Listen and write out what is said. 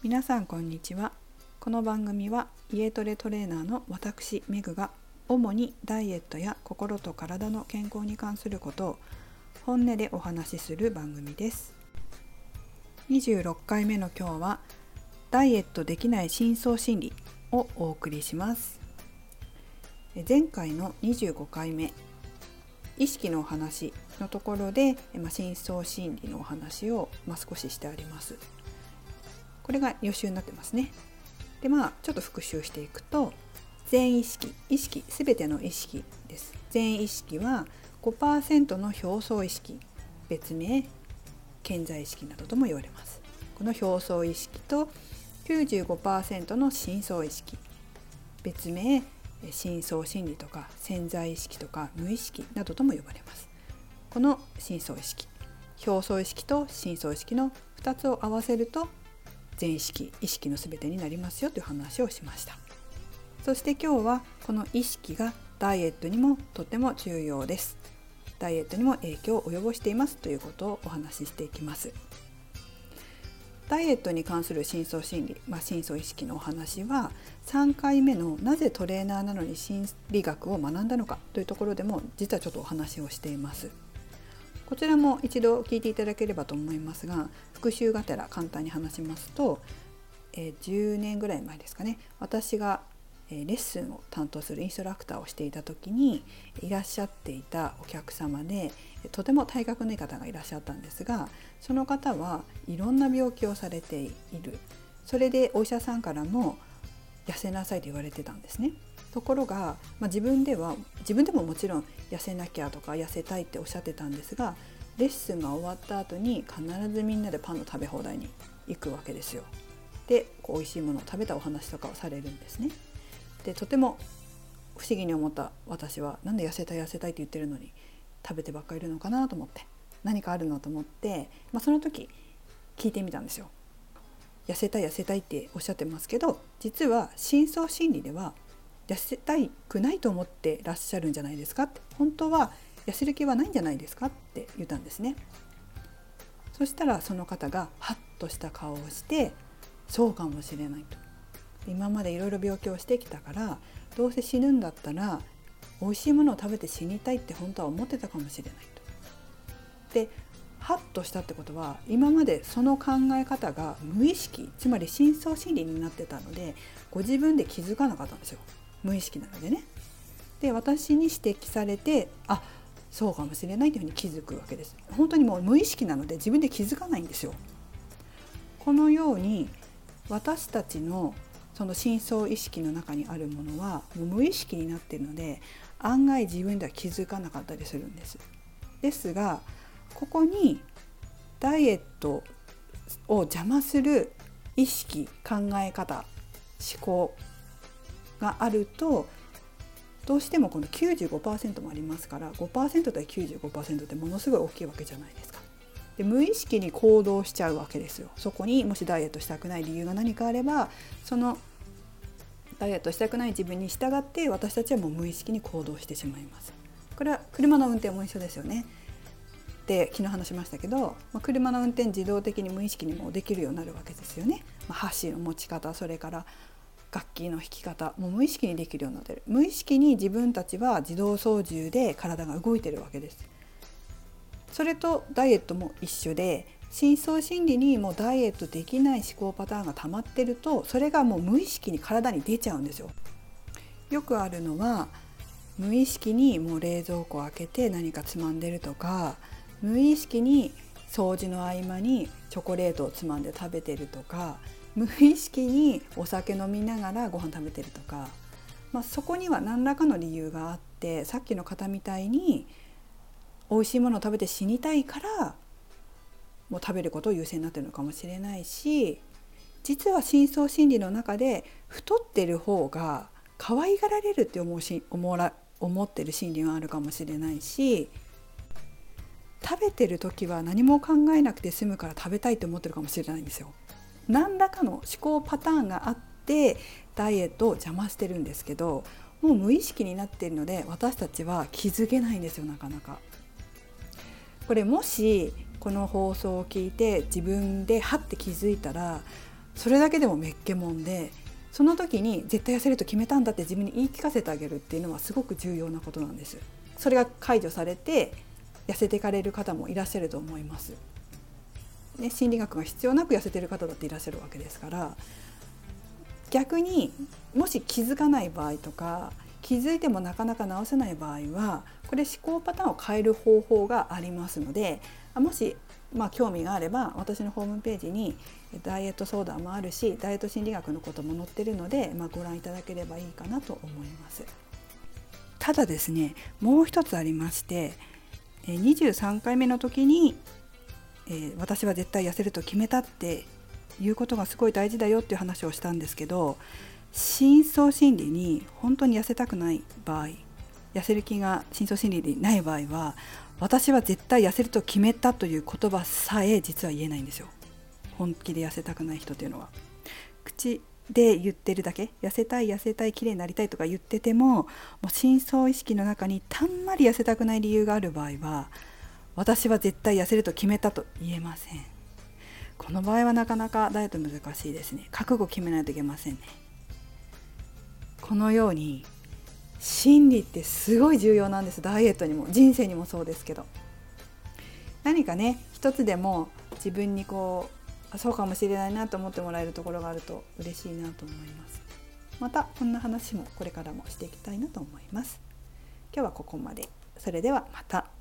皆さんこんにちは。この番組は家トレトレーナーの私メグが主にダイエットや心と体の健康に関することを本音でお話しする番組です。26回目の今日はダイエットできない深層心理をお送りします。前回の25回目意識のお話のところで深層心理のお話を少ししてあります。これが予習になってますね。でちょっと復習していくと、全意識、すべての意識です。全意識は 5% の表層意識、別名顕在意識などとも言われます。この表層意識と 95% の深層意識、別名深層心理とか潜在意識とか無意識などとも呼ばれます。この深層意識、表層意識と深層意識の2つを合わせると全意識のすべてになりますよという話をしました。そして今日はこの意識がダイエットにもとても重要です。ダイエットにも影響を及ぼしていますということをお話ししていきます。ダイエットに関する深層心理、深層意識のお話は3回目のなぜトレーナーなのに心理学を学んだのかというところでも実はちょっとお話をしています。こちらも一度聞いていただければと思いますが、復習がてら簡単に話しますと、10年ぐらい前ですかね、私がレッスンを担当するインストラクターをしていた時にいらっしゃっていたお客様で、とても体格のいい方がいらっしゃったんですが、その方はいろんな病気をされている。それでお医者さんからも痩せなさいと言われてたんですね。ところが、自分でももちろん痩せなきゃとか痩せたいっておっしゃってたんですが、レッスンが終わった後に必ずみんなでパンの食べ放題に行くわけですよ。で、美味しいものを食べたお話とかをされるんですね。で、とても不思議に思った私は、なんで痩せたいって言ってるのに食べてばっかりいるのかなと思って、何かあるのと思って、その時聞いてみたんですよ。痩せたいっておっしゃってますけど、実は深層心理では痩せたくないと思ってらっしゃるんじゃないですかって、本当は痩せる気はないんじゃないですかって言ったんですね。そしたらその方がハッとした顔をして、そうかもしれないと、今までいろいろ病気をしてきたから、どうせ死ぬんだったら美味しいものを食べて死にたいって本当は思ってたかもしれないと。で、ハッとしたってことは、今までその考え方が無意識、つまり深層心理になってたので、ご自分で気づかなかったんですよ。無意識なのでね。で、私に指摘されて、そうかもしれないというふうに気づくわけです。本当にもう無意識なので自分で気づかないんですよ。このように私たちのその深層意識の中にあるものはもう無意識になっているので、案外自分では気づかなかったりするんです。ですが、ここにダイエットを邪魔する意識、考え方、思考があると、どうしてもこの 95% もありますから、 5% 対 95% ってものすごい大きいわけじゃないですか。で、無意識に行動しちゃうわけですよ。そこにもしダイエットしたくない理由が何かあれば、そのダイエットしたくない自分に従って私たちはもう無意識に行動してしまいます。これは車の運転も一緒ですよね。で、昨日話しましたけど、車の運転自動的に無意識にもできるようになるわけですよね。箸の持ち方、それから楽器の弾き方も無意識にできるようになってる。無意識に自分たちは自動操縦で体が動いてるわけです。それとダイエットも一緒で、深層心理にもうダイエットできない思考パターンが溜まってると、それがもう無意識に体に出ちゃうんですよ。よくあるのは、無意識にもう冷蔵庫を開けて何かつまんでるとか、無意識に掃除の合間にチョコレートをつまんで食べてるとか、無意識にお酒飲みながらご飯食べてるとか、そこには何らかの理由があって、さっきの方みたいに美味しいものを食べて死にたいからもう食べることを優先になっているのかもしれないし、実は深層心理の中で太ってる方が可愛がられるって思ってる心理があるかもしれないし、食べてる時は何も考えなくて済むから食べたいと思ってるかもしれないんですよ。何らかの思考パターンがあってダイエットを邪魔してるんですけど、もう無意識になっているので私たちは気づけないんですよ、なかなか。これもしこの放送を聞いて自分でハッて気づいたら、 それだけでもめっけもんで、その時に絶対痩せると決めたんだって自分に言い聞かせてあげるっていうのはすごく重要なことなんです。それが解除されて痩せていかれる方もいらっしゃると思います、ね、心理学が必要なく痩せてる方だっていらっしゃるわけですから、逆にもし気づかない場合とか気づいてもなかなか治せない場合は、これ思考パターンを変える方法がありますので、もし興味があれば私のホームページにダイエット相談もあるし、ダイエット心理学のことも載ってるので、ご覧いただければいいかなと思います。ただですね、もう一つありまして、23回目の時に、私は絶対痩せると決めたっていうことがすごい大事だよっていう話をしたんですけど、深層心理に本当に痩せたくない場合、痩せる気が深層心理でない場合は、私は絶対痩せると決めたという言葉さえ実は言えないんですよ。本気で痩せたくない人というのは口で言ってるだけ、痩せたい痩せたい綺麗になりたいとか言ってても、もう深層意識の中にたんまり痩せたくない理由がある場合は、私は絶対痩せると決めたと言えません。この場合はなかなかダイエット難しいですね。覚悟決めないといけませんね。このように心理ってすごい重要なんです。ダイエットにも人生にもそうですけど、何かね一つでも自分にそうかもしれないなと思ってもらえるところがあると嬉しいなと思います。またこんな話もこれからもしていきたいなと思います。今日はここまで。それではまた。